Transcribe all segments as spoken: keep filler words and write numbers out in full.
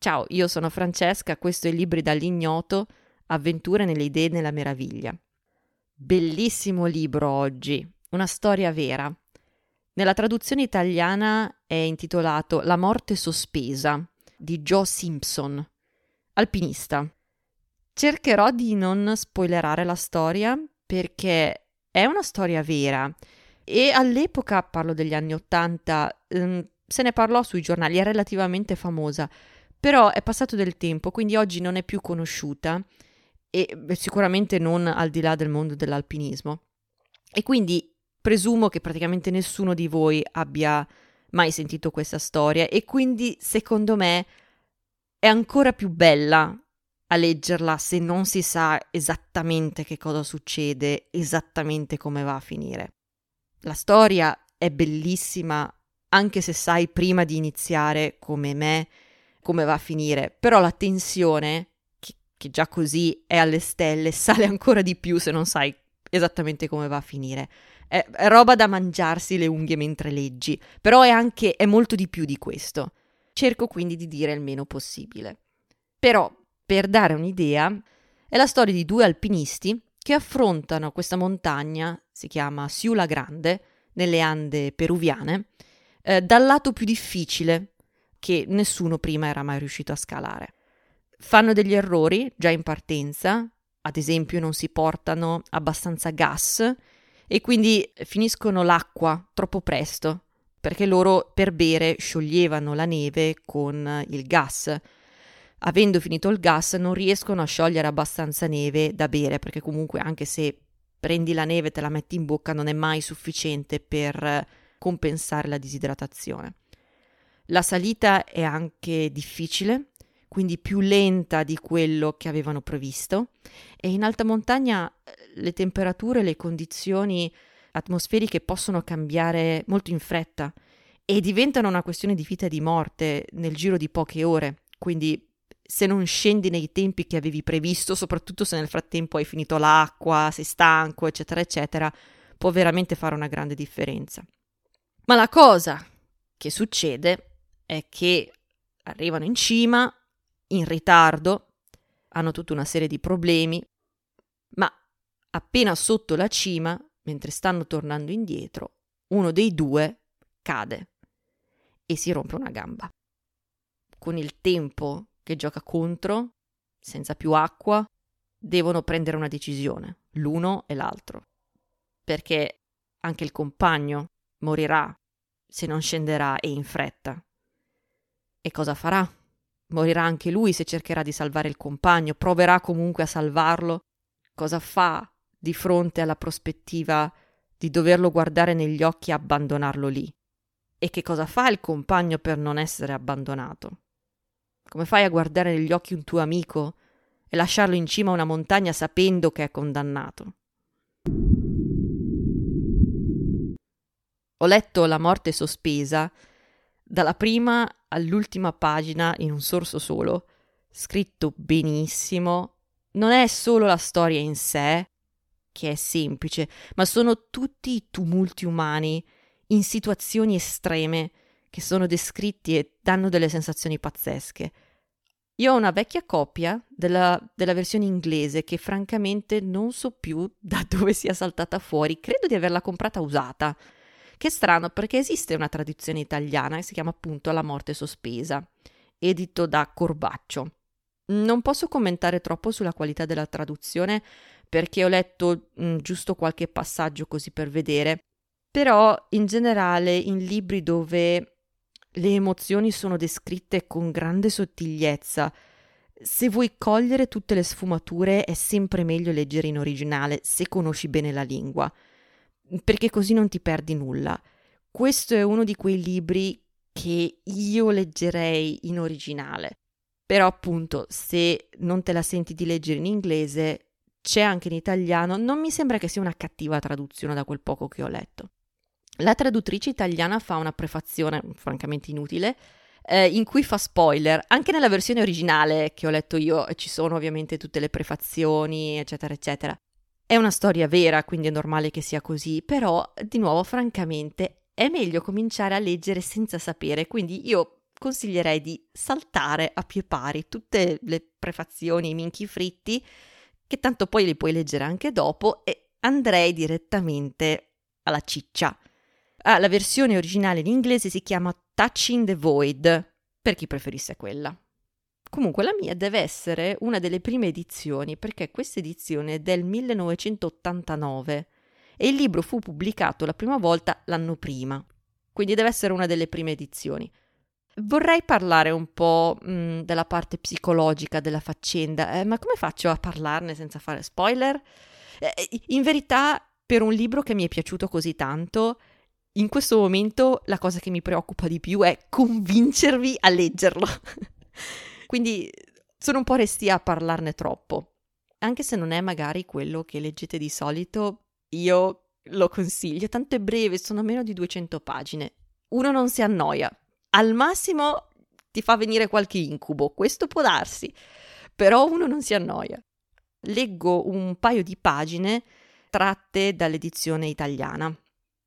Ciao, io sono Francesca, questo è Libri dall'ignoto, avventure nelle idee e nella meraviglia. Bellissimo libro oggi, una storia vera. Nella traduzione italiana è intitolato La morte sospesa di Joe Simpson, alpinista. Cercherò di non spoilerare la storia perché è una storia vera e all'epoca, parlo degli anni Ottanta, ehm, se ne parlò sui giornali, è relativamente famosa. Però è passato del tempo, quindi oggi non è più conosciuta e beh, sicuramente non al di là del mondo dell'alpinismo. E quindi presumo che praticamente nessuno di voi abbia mai sentito questa storia e quindi secondo me è ancora più bella a leggerla se non si sa esattamente che cosa succede, esattamente come va a finire. La storia è bellissima anche se sai prima di iniziare, come me, come va a finire, però la tensione, che, che già così è alle stelle, sale ancora di più se non sai esattamente come va a finire. È, è roba da mangiarsi le unghie mentre leggi, però è anche, è molto di più di questo. Cerco quindi di dire il meno possibile. Però, per dare un'idea, è la storia di due alpinisti che affrontano questa montagna, si chiama Siula Grande, nelle Ande peruviane, eh, dal lato più difficile, che nessuno prima era mai riuscito a scalare. Fanno degli errori già in partenza, ad esempio non si portano abbastanza gas e quindi finiscono l'acqua troppo presto, perché loro per bere scioglievano la neve con il gas. Avendo finito il gas non riescono a sciogliere abbastanza neve da bere, perché comunque anche se prendi la neve e te la metti in bocca non è mai sufficiente per compensare la disidratazione. La salita è anche difficile, quindi più lenta di quello che avevano previsto, e in alta montagna le temperature e le condizioni atmosferiche possono cambiare molto in fretta e diventano una questione di vita e di morte nel giro di poche ore, quindi se non scendi nei tempi che avevi previsto, soprattutto se nel frattempo hai finito l'acqua, sei stanco, eccetera, eccetera, può veramente fare una grande differenza. Ma la cosa che succede è che arrivano in cima, in ritardo, hanno tutta una serie di problemi, ma appena sotto la cima, mentre stanno tornando indietro, uno dei due cade e si rompe una gamba. Con il tempo che gioca contro, senza più acqua, devono prendere una decisione, l'uno e l'altro, perché anche il compagno morirà se non scenderà e in fretta. E cosa farà? Morirà anche lui se cercherà di salvare il compagno, proverà comunque a salvarlo. Cosa fa di fronte alla prospettiva di doverlo guardare negli occhi e abbandonarlo lì? E che cosa fa il compagno per non essere abbandonato? Come fai a guardare negli occhi un tuo amico e lasciarlo in cima a una montagna sapendo che è condannato? Ho letto La morte sospesa dalla prima all'ultima pagina in un sorso solo, scritto benissimo. Non è solo la storia in sé, che è semplice, ma sono tutti i tumulti umani in situazioni estreme che sono descritti e danno delle sensazioni pazzesche. Io ho una vecchia copia della, della versione inglese che francamente non so più da dove sia saltata fuori, credo di averla comprata usata. Che strano, perché esiste una traduzione italiana che si chiama appunto La morte sospesa, edito da Corbaccio. Non posso commentare troppo sulla qualità della traduzione perché ho letto mh, giusto qualche passaggio così per vedere, però in generale in libri dove le emozioni sono descritte con grande sottigliezza, se vuoi cogliere tutte le sfumature è sempre meglio leggere in originale se conosci bene la lingua, perché così non ti perdi nulla. Questo è uno di quei libri che io leggerei in originale, però appunto se non te la senti di leggere in inglese c'è anche in italiano. Non mi sembra che sia una cattiva traduzione da quel poco che ho letto. La traduttrice italiana fa una prefazione francamente inutile eh, in cui fa spoiler. Anche nella versione originale che ho letto io ci sono ovviamente tutte le prefazioni eccetera eccetera. È una storia vera, quindi è normale che sia così, però, di nuovo, francamente, è meglio cominciare a leggere senza sapere, quindi io consiglierei di saltare a pie pari tutte le prefazioni, i minchi fritti, che tanto poi li puoi leggere anche dopo, e andrei direttamente alla ciccia. Ah, la versione originale in inglese si chiama Touching the Void, per chi preferisse quella. Comunque la mia deve essere una delle prime edizioni, perché questa edizione è del millenovecentottantanove e il libro fu pubblicato la prima volta l'anno prima, quindi deve essere una delle prime edizioni. Vorrei parlare un po' mh, della parte psicologica della faccenda, eh, ma come faccio a parlarne senza fare spoiler? Eh, in verità, per un libro che mi è piaciuto così tanto, in questo momento la cosa che mi preoccupa di più è convincervi a leggerlo. Quindi sono un po' restia a parlarne troppo. Anche se non è magari quello che leggete di solito, io lo consiglio, tanto è breve, sono meno di duecento pagine. Uno non si annoia. Al massimo ti fa venire qualche incubo, questo può darsi, però uno non si annoia. Leggo un paio di pagine tratte dall'edizione italiana.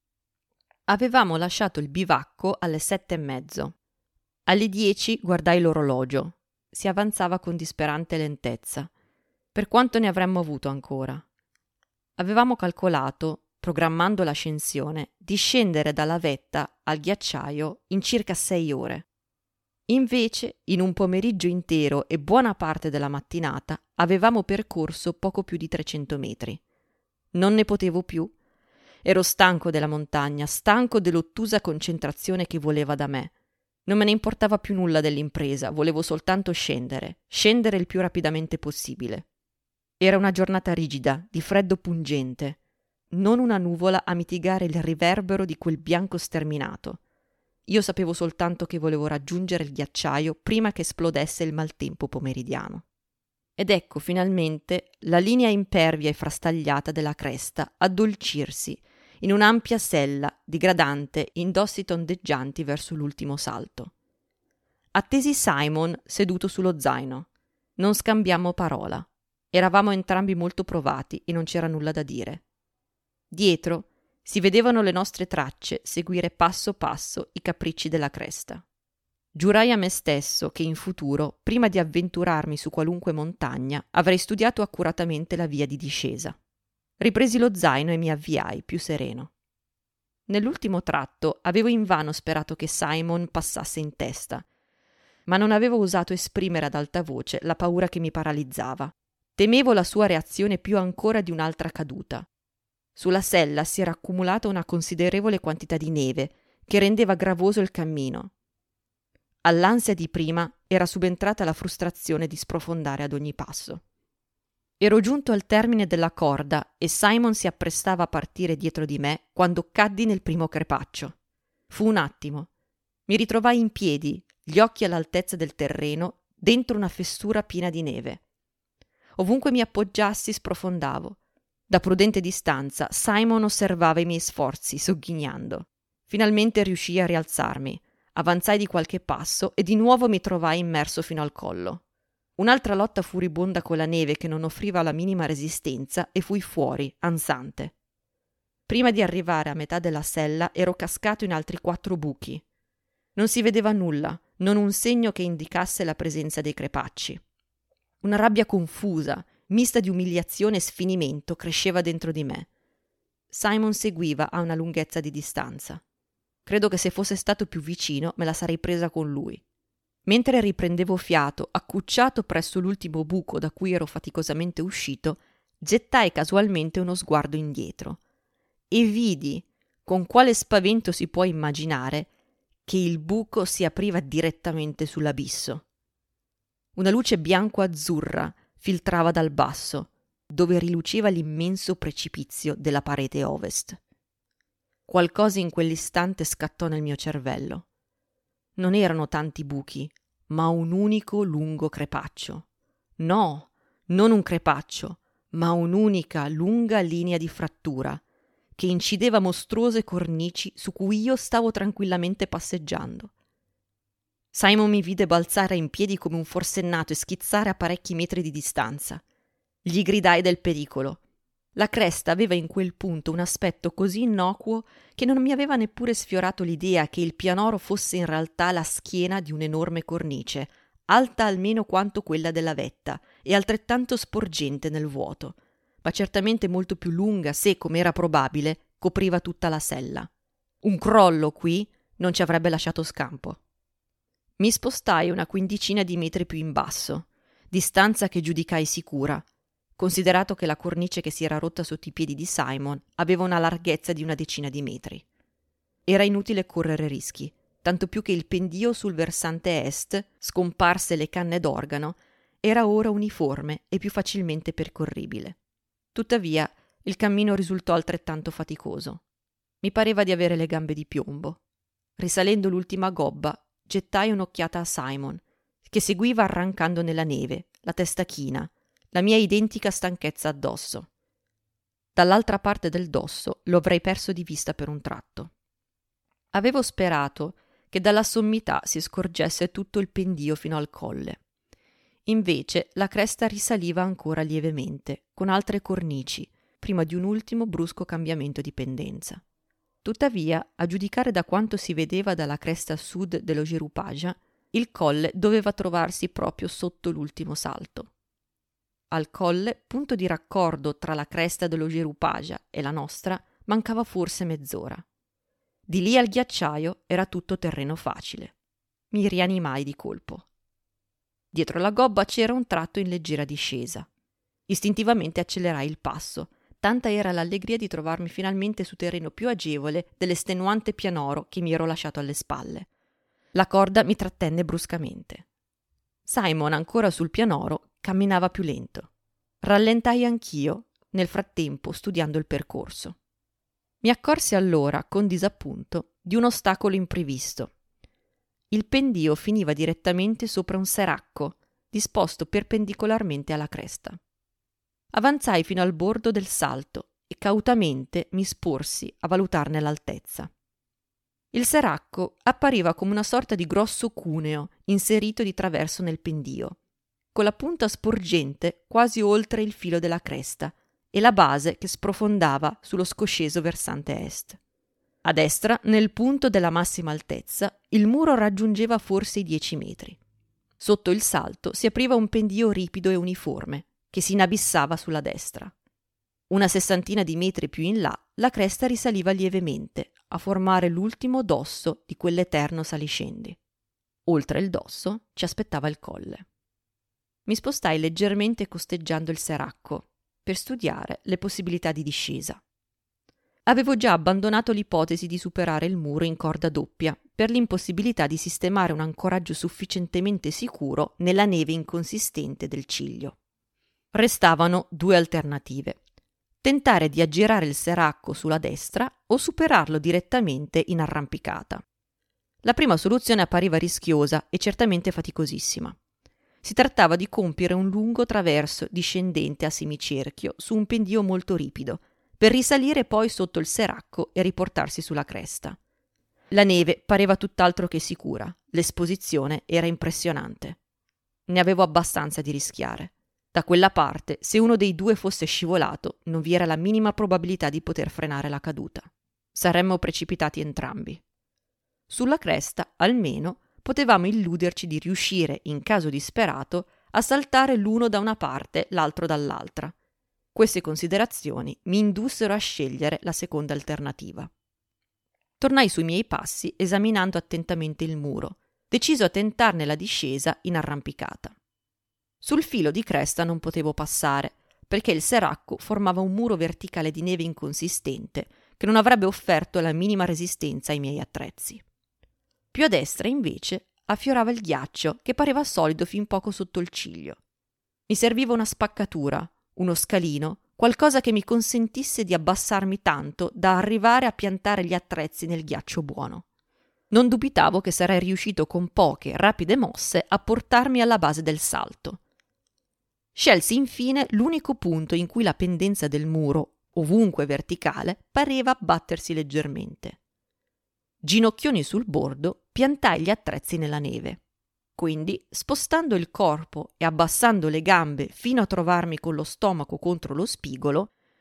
Avevamo lasciato il bivacco alle sette e mezzo. Alle dieci guardai l'orologio. Si avanzava con disperante lentezza. Per quanto ne avremmo avuto ancora? Avevamo calcolato, programmando l'ascensione, di scendere dalla vetta al ghiacciaio in circa sei ore. Invece, in un pomeriggio intero e buona parte della mattinata, avevamo percorso poco più di trecento metri. Non ne potevo più. Ero stanco della montagna, stanco dell'ottusa concentrazione che voleva da me. Non me ne importava più nulla dell'impresa, volevo soltanto scendere, scendere il più rapidamente possibile. Era una giornata rigida, di freddo pungente. Non una nuvola a mitigare il riverbero di quel bianco sterminato. Io sapevo soltanto che volevo raggiungere il ghiacciaio prima che esplodesse il maltempo pomeridiano. Ed ecco finalmente la linea impervia e frastagliata della cresta addolcirsi in un'ampia sella digradante in dossi tondeggianti verso l'ultimo salto. Attesi Simon seduto sullo zaino. Non scambiammo parola. Eravamo entrambi molto provati e non c'era nulla da dire. Dietro si vedevano le nostre tracce seguire passo passo i capricci della cresta. Giurai a me stesso che in futuro, prima di avventurarmi su qualunque montagna, avrei studiato accuratamente la via di discesa. Ripresi lo zaino e mi avviai più sereno. Nell'ultimo tratto avevo invano sperato che Simon passasse in testa, ma non avevo osato esprimere ad alta voce la paura che mi paralizzava. Temevo la sua reazione più ancora di un'altra caduta. Sulla sella si era accumulata una considerevole quantità di neve che rendeva gravoso il cammino. All'ansia di prima era subentrata la frustrazione di sprofondare ad ogni passo. Ero giunto al termine della corda e Simon si apprestava a partire dietro di me quando caddi nel primo crepaccio. Fu un attimo. Mi ritrovai in piedi, gli occhi all'altezza del terreno, dentro una fessura piena di neve. Ovunque mi appoggiassi sprofondavo. Da prudente distanza Simon osservava i miei sforzi, sogghignando. Finalmente riuscii a rialzarmi. Avanzai di qualche passo e di nuovo mi trovai immerso fino al collo. Un'altra lotta furibonda con la neve che non offriva la minima resistenza e fui fuori, ansante. Prima di arrivare a metà della sella ero cascato in altri quattro buchi. Non si vedeva nulla, non un segno che indicasse la presenza dei crepacci. Una rabbia confusa, mista di umiliazione e sfinimento, cresceva dentro di me. Simon seguiva a una lunghezza di distanza. Credo che se fosse stato più vicino me la sarei presa con lui. Mentre riprendevo fiato, accucciato presso l'ultimo buco da cui ero faticosamente uscito, gettai casualmente uno sguardo indietro e vidi, con quale spavento si può immaginare, che il buco si apriva direttamente sull'abisso. Una luce bianco-azzurra filtrava dal basso, dove riluceva l'immenso precipizio della parete ovest. Qualcosa in quell'istante scattò nel mio cervello. Non erano tanti buchi, ma un unico lungo crepaccio. No, non un crepaccio, ma un'unica lunga linea di frattura, che incideva mostruose cornici su cui io stavo tranquillamente passeggiando. Simon mi vide balzare in piedi come un forsennato e schizzare a parecchi metri di distanza. Gli gridai del pericolo. La cresta aveva in quel punto un aspetto così innocuo che non mi aveva neppure sfiorato l'idea che il pianoro fosse in realtà la schiena di un'enorme cornice, alta almeno quanto quella della vetta e altrettanto sporgente nel vuoto, ma certamente molto più lunga se, come era probabile, copriva tutta la sella. Un crollo qui non ci avrebbe lasciato scampo. Mi spostai una quindicina di metri più in basso, distanza che giudicai sicura, considerato che la cornice che si era rotta sotto i piedi di Simon aveva una larghezza di una decina di metri. Era inutile correre rischi, tanto più che il pendio sul versante est, scomparse le canne d'organo, era ora uniforme e più facilmente percorribile. Tuttavia, il cammino risultò altrettanto faticoso. Mi pareva di avere le gambe di piombo. Risalendo l'ultima gobba, gettai un'occhiata a Simon, che seguiva arrancando nella neve, la testa china, la mia identica stanchezza addosso. Dall'altra parte del dosso lo avrei perso di vista per un tratto. Avevo sperato che dalla sommità si scorgesse tutto il pendio fino al colle. Invece la cresta risaliva ancora lievemente, con altre cornici, prima di un ultimo brusco cambiamento di pendenza. Tuttavia, a giudicare da quanto si vedeva dalla cresta sud dello Gerupaja, il colle doveva trovarsi proprio sotto l'ultimo salto. Al colle, punto di raccordo tra la cresta dello Gerupaja e la nostra, mancava forse mezz'ora. Di lì al ghiacciaio era tutto terreno facile. Mi rianimai di colpo. Dietro la gobba c'era un tratto in leggera discesa. Istintivamente accelerai il passo, tanta era l'allegria di trovarmi finalmente su terreno più agevole dell'estenuante pianoro che mi ero lasciato alle spalle. La corda mi trattenne bruscamente. Simon, ancora sul pianoro, camminava più lento. Rallentai anch'io, nel frattempo studiando il percorso. Mi accorsi allora, con disappunto, di un ostacolo imprevisto. Il pendio finiva direttamente sopra un seracco, disposto perpendicolarmente alla cresta. Avanzai fino al bordo del salto e cautamente mi sporsi a valutarne l'altezza. Il seracco appariva come una sorta di grosso cuneo inserito di traverso nel pendio, con la punta sporgente quasi oltre il filo della cresta e la base che sprofondava sullo scosceso versante est. A destra, nel punto della massima altezza, il muro raggiungeva forse i dieci metri. Sotto il salto si apriva un pendio ripido e uniforme, che si inabissava sulla destra. Una sessantina di metri più in là, la cresta risaliva lievemente, a formare l'ultimo dosso di quell'eterno saliscendi. Oltre il dosso ci aspettava il colle. Mi spostai leggermente costeggiando il seracco, per studiare le possibilità di discesa. Avevo già abbandonato l'ipotesi di superare il muro in corda doppia per l'impossibilità di sistemare un ancoraggio sufficientemente sicuro nella neve inconsistente del ciglio. Restavano due alternative: tentare di aggirare il seracco sulla destra o superarlo direttamente in arrampicata. La prima soluzione appariva rischiosa e certamente faticosissima. Si trattava di compiere un lungo traverso discendente a semicerchio su un pendio molto ripido, per risalire poi sotto il seracco e riportarsi sulla cresta. La neve pareva tutt'altro che sicura, l'esposizione era impressionante. Ne avevo abbastanza di rischiare. Da quella parte, se uno dei due fosse scivolato, non vi era la minima probabilità di poter frenare la caduta. Saremmo precipitati entrambi. Sulla cresta, almeno, potevamo illuderci di riuscire, in caso disperato, a saltare l'uno da una parte, l'altro dall'altra. Queste considerazioni mi indussero a scegliere la seconda alternativa. Tornai sui miei passi esaminando attentamente il muro, deciso a tentarne la discesa in arrampicata. Sul filo di cresta non potevo passare, perché il seracco formava un muro verticale di neve inconsistente che non avrebbe offerto la minima resistenza ai miei attrezzi. Più a destra, invece, affiorava il ghiaccio che pareva solido fin poco sotto il ciglio. Mi serviva una spaccatura, uno scalino, qualcosa che mi consentisse di abbassarmi tanto da arrivare a piantare gli attrezzi nel ghiaccio buono. Non dubitavo che sarei riuscito con poche, rapide mosse a portarmi alla base del salto. Scelsi infine l'unico punto in cui la pendenza del muro, ovunque verticale, pareva abbattersi leggermente. Ginocchioni sul bordo, piantai gli attrezzi nella neve. Quindi, spostando il corpo e abbassando le gambe fino a trovarmi con lo stomaco contro lo spigolo,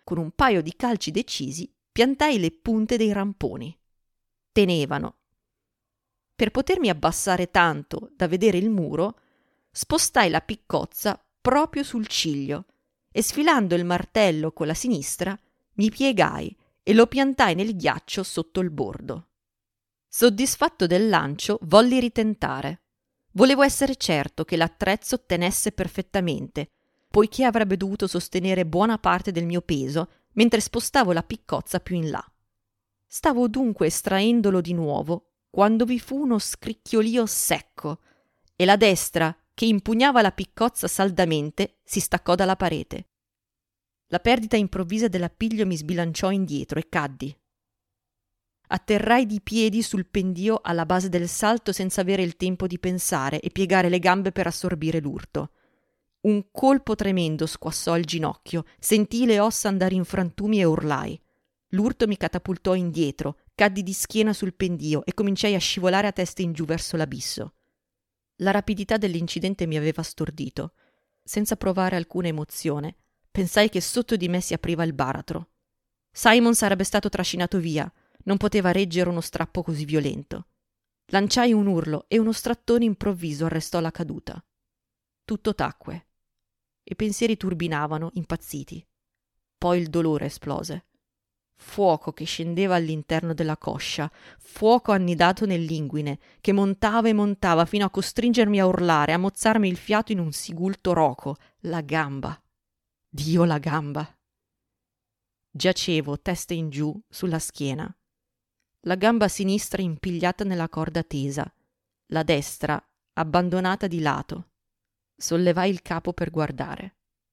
con un paio di calci decisi, piantai le punte dei ramponi. Tenevano. Per potermi abbassare tanto da vedere il muro, spostai la piccozza proprio sul ciglio e sfilando il martello con la sinistra mi piegai e lo piantai nel ghiaccio sotto il bordo. Soddisfatto del lancio, volli ritentare. Volevo essere certo che l'attrezzo tenesse perfettamente, poiché avrebbe dovuto sostenere buona parte del mio peso mentre spostavo la piccozza più in là. Stavo dunque estraendolo di nuovo quando vi fu uno scricchiolio secco e la destra, che impugnava la piccozza saldamente, si staccò dalla parete. La perdita improvvisa dell'appiglio mi sbilanciò indietro e caddi. Atterrai di piedi sul pendio alla base del salto senza avere il tempo di pensare e piegare le gambe per assorbire l'urto. Un colpo tremendo squassò il ginocchio, sentii le ossa andare in frantumi e urlai. L'urto mi catapultò indietro, caddi di schiena sul pendio e cominciai a scivolare a testa in giù verso l'abisso. La rapidità dell'incidente mi aveva stordito. Senza provare alcuna emozione, pensai che sotto di me si apriva il baratro. Simon sarebbe stato trascinato via, non poteva reggere uno strappo così violento. Lanciai un urlo e uno strattone improvviso arrestò la caduta. Tutto tacque. I pensieri turbinavano, impazziti. Poi il dolore esplose. Fuoco che scendeva all'interno della coscia, fuoco annidato nell'inguine, che montava e montava fino a costringermi a urlare, a mozzarmi il fiato in un sigulto roco. La gamba. Dio, la gamba. Giacevo, testa in giù, sulla schiena. La gamba sinistra impigliata nella corda tesa, la destra abbandonata di lato. Sollevai il capo per guardare.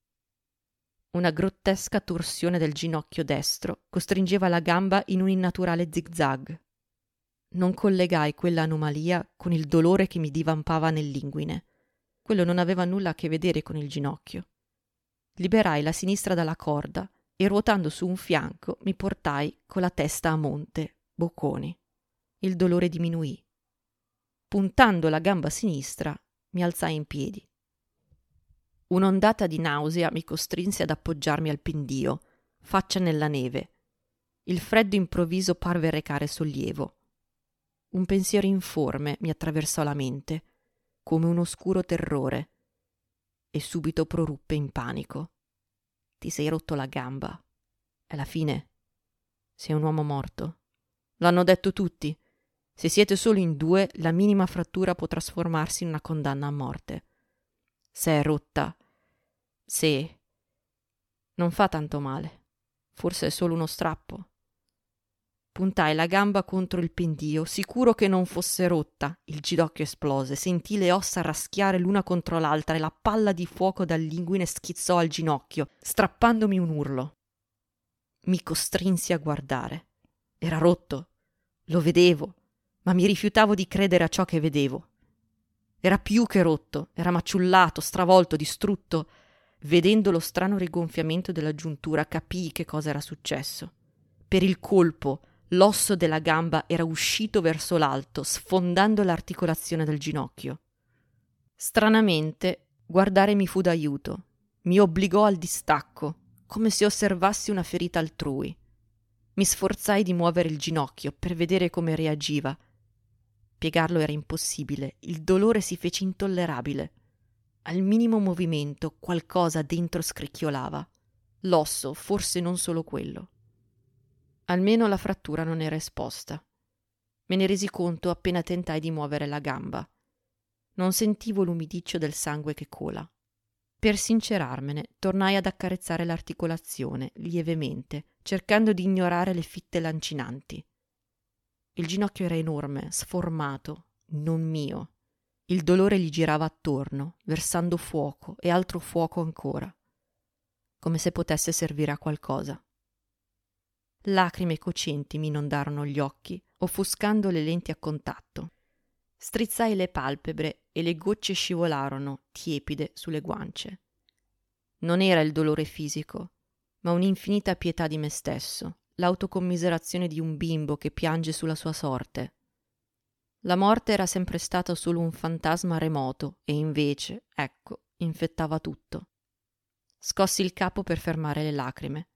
Una grottesca torsione del ginocchio destro costringeva la gamba in un innaturale zigzag. Non collegai quell'anomalia con il dolore che mi divampava nell'inguine. Quello non aveva nulla a che vedere con il ginocchio. Liberai la sinistra dalla corda e ruotando su un fianco mi portai con la testa a monte, bocconi. Il dolore diminuì. Puntando la gamba sinistra, mi alzai in piedi. Un'ondata di nausea mi costrinse ad appoggiarmi al pendio, faccia nella neve. Il freddo improvviso parve recare sollievo. Un pensiero informe mi attraversò la mente, come un oscuro terrore, e subito proruppe in panico. Ti sei rotto la gamba. È la fine. Sei un uomo morto. L'hanno detto tutti. Se siete solo in due, la minima frattura può trasformarsi in una condanna a morte. Se è rotta, se non fa tanto male, forse è solo uno strappo. Puntai la gamba contro il pendio, sicuro che non fosse rotta. Il ginocchio esplose, sentii le ossa raschiare l'una contro l'altra e la palla di fuoco dall'inguine schizzò al ginocchio, strappandomi un urlo. Mi costrinsi a guardare. Era rotto, lo vedevo, ma mi rifiutavo di credere a ciò che vedevo. Era più che rotto, era maciullato, stravolto, distrutto. Vedendo lo strano rigonfiamento della giuntura, capii che cosa era successo. Per il colpo, l'osso della gamba era uscito verso l'alto, sfondando l'articolazione del ginocchio. Stranamente, guardare mi fu d'aiuto. Mi obbligò al distacco, come se osservassi una ferita altrui. Mi sforzai di muovere il ginocchio per vedere come reagiva. Piegarlo era impossibile, il dolore si fece intollerabile. Al minimo movimento qualcosa dentro scricchiolava. L'osso, forse non solo quello. Almeno la frattura non era esposta. Me ne resi conto appena tentai di muovere la gamba. Non sentivo l'umidiccio del sangue che cola. Per sincerarmene, tornai ad accarezzare l'articolazione, lievemente, cercando di ignorare le fitte lancinanti. Il ginocchio era enorme, sformato, non mio. Il dolore gli girava attorno, versando fuoco e altro fuoco ancora, come se potesse servire a qualcosa. Lacrime cocenti mi inondarono gli occhi, offuscando le lenti a contatto. Strizzai le palpebre e le gocce scivolarono, tiepide, sulle guance. Non era il dolore fisico, ma un'infinita pietà di me stesso, l'autocommiserazione di un bimbo che piange sulla sua sorte. La morte era sempre stata solo un fantasma remoto e invece, ecco, infettava tutto. Scossi il capo per fermare le lacrime.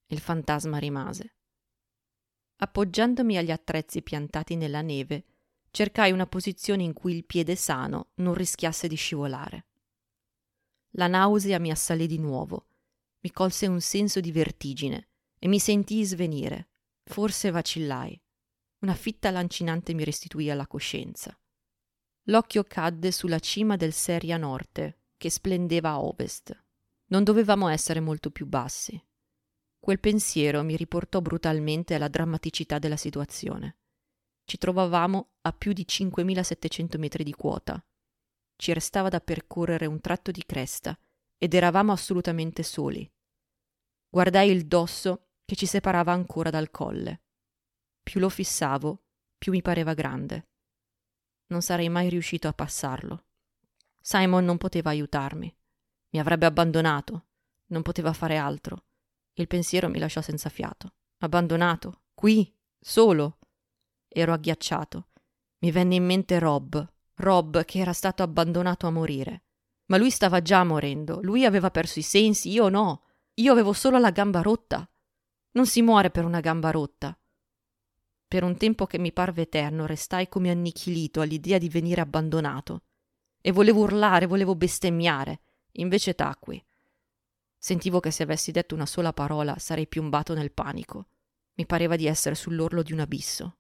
Il fantasma rimase. Appoggiandomi agli attrezzi piantati nella neve, cercai una posizione in cui il piede sano non rischiasse di scivolare. La nausea mi assalì di nuovo, mi colse un senso di vertigine e mi sentii svenire. Forse vacillai. Una fitta lancinante mi restituì alla coscienza. L'occhio cadde sulla cima del Seria Norte, che splendeva a ovest. Non dovevamo essere molto più bassi. Quel pensiero mi riportò brutalmente alla drammaticità della situazione. Ci trovavamo a più di cinquemilasettecento metri di quota. Ci restava da percorrere un tratto di cresta ed eravamo assolutamente soli. Guardai il dosso che ci separava ancora dal colle. Più lo fissavo, più mi pareva grande. Non sarei mai riuscito a passarlo. Simon non poteva aiutarmi. Mi avrebbe abbandonato. Non poteva fare altro. Il pensiero mi lasciò senza fiato. Abbandonato? Qui? Solo? Ero agghiacciato. Mi venne in mente Rob. Rob che era stato abbandonato a morire. Ma lui stava già morendo. Lui aveva perso i sensi, io no. Io avevo solo la gamba rotta. Non si muore per una gamba rotta. Per un tempo che mi parve eterno restai come annichilito all'idea di venire abbandonato. E volevo urlare, volevo bestemmiare. Invece tacqui. Sentivo che se avessi detto una sola parola sarei piombato nel panico. Mi pareva di essere sull'orlo di un abisso.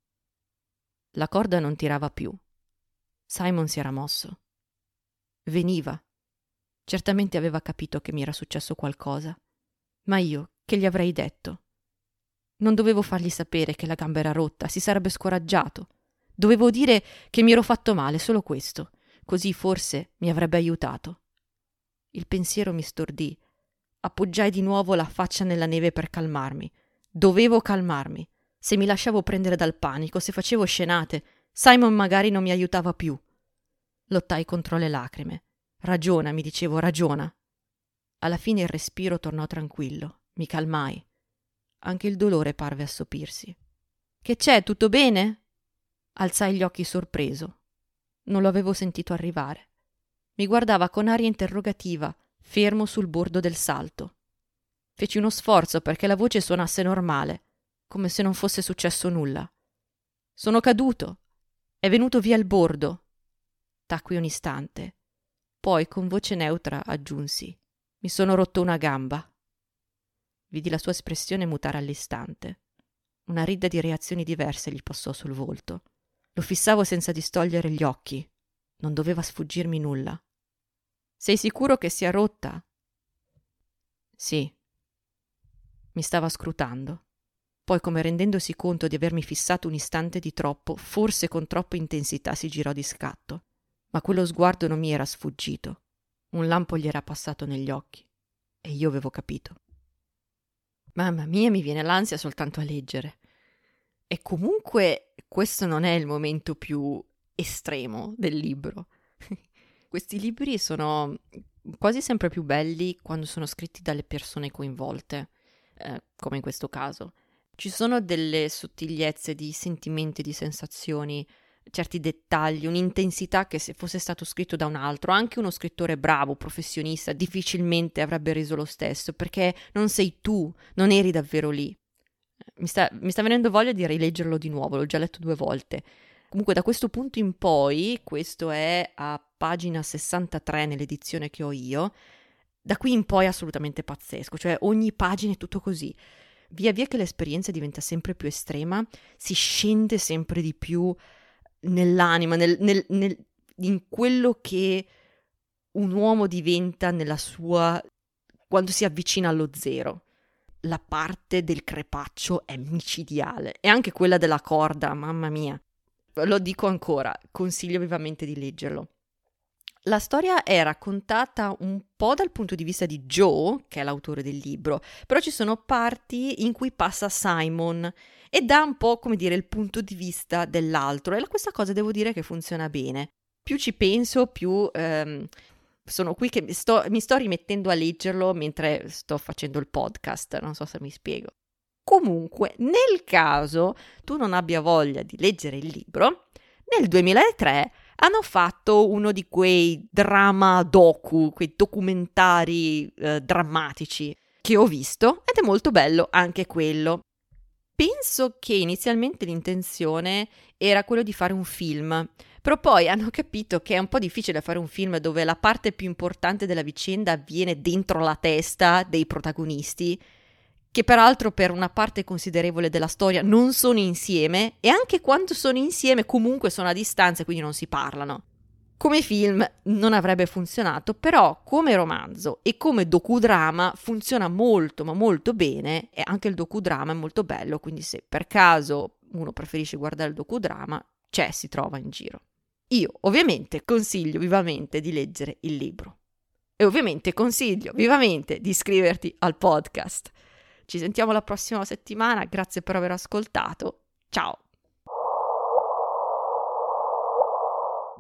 La corda non tirava più. Simon si era mosso. Veniva. Certamente aveva capito che mi era successo qualcosa. Ma io, che gli avrei detto? Non dovevo fargli sapere che la gamba era rotta, si sarebbe scoraggiato. Dovevo dire che mi ero fatto male, solo questo. Così forse mi avrebbe aiutato. Il pensiero mi stordì. Appoggiai di nuovo la faccia nella neve per calmarmi. Dovevo calmarmi. Se mi lasciavo prendere dal panico, se facevo scenate, Simon magari non mi aiutava più. Lottai contro le lacrime. Ragiona, mi dicevo, ragiona. Alla fine il respiro tornò tranquillo. Mi calmai. Anche il dolore parve assopirsi. Che c'è? Tutto bene? Alzai gli occhi sorpreso. Non lo avevo sentito arrivare. Mi guardava con aria interrogativa, fermo sul bordo del salto. Feci uno sforzo perché la voce suonasse normale, come se non fosse successo nulla. Sono caduto. È venuto via il bordo. Tacqui un istante. Poi, con voce neutra, aggiunsi: mi sono rotto una gamba. Vidi la sua espressione mutare all'istante. Una ridda di reazioni diverse gli passò sul volto. Lo fissavo senza distogliere gli occhi. Non doveva sfuggirmi nulla. Sei sicuro che sia rotta? Sì. Mi stava scrutando. Poi, come rendendosi conto di avermi fissato un istante di troppo, forse con troppa intensità, si girò di scatto. Ma quello sguardo non mi era sfuggito. Un lampo gli era passato negli occhi. E io avevo capito. Mamma mia, mi viene l'ansia soltanto a leggere. E comunque questo non è il momento più estremo del libro. Questi libri sono quasi sempre più belli quando sono scritti dalle persone coinvolte, eh, come in questo caso. Ci sono delle sottigliezze di sentimenti, di sensazioni, certi dettagli, un'intensità che se fosse stato scritto da un altro, anche uno scrittore bravo, professionista, difficilmente avrebbe reso lo stesso, perché non sei tu, non eri davvero lì. Mi sta, mi sta venendo voglia di rileggerlo di nuovo, l'ho già letto due volte. Comunque da questo punto in poi, questo è a pagina sessantatré nell'edizione che ho io, da qui in poi è assolutamente pazzesco, cioè ogni pagina è tutto così. Via via che l'esperienza diventa sempre più estrema, si scende sempre di più nell'anima, nel, nel, nel, in quello che un uomo diventa nella sua, quando si avvicina allo zero. La parte del crepaccio è micidiale e anche quella della corda, mamma mia. Lo dico ancora, consiglio vivamente di leggerlo. La storia è raccontata un po' dal punto di vista di Joe, che è l'autore del libro, però ci sono parti in cui passa Simon e dà un po', come dire, il punto di vista dell'altro, e questa cosa devo dire che funziona bene. Più ci penso, più ehm, sono qui che mi sto, mi sto rimettendo a leggerlo mentre sto facendo il podcast, non so se mi spiego. Comunque, nel caso tu non abbia voglia di leggere il libro, nel duemilatré hanno fatto uno di quei drama docu, quei documentari eh, drammatici, che ho visto ed è molto bello anche quello. Penso che inizialmente l'intenzione era quello di fare un film, però poi hanno capito che è un po' difficile fare un film dove la parte più importante della vicenda avviene dentro la testa dei protagonisti, che peraltro per una parte considerevole della storia non sono insieme e anche quando sono insieme comunque sono a distanza e quindi non si parlano. Come film non avrebbe funzionato, però come romanzo e come docudrama funziona molto ma molto bene e anche il docudrama è molto bello, quindi se per caso uno preferisce guardare il docudrama, c'è, si trova in giro. Io ovviamente consiglio vivamente di leggere il libro e ovviamente consiglio vivamente di iscriverti al podcast. Ci sentiamo la prossima settimana, grazie per aver ascoltato, ciao!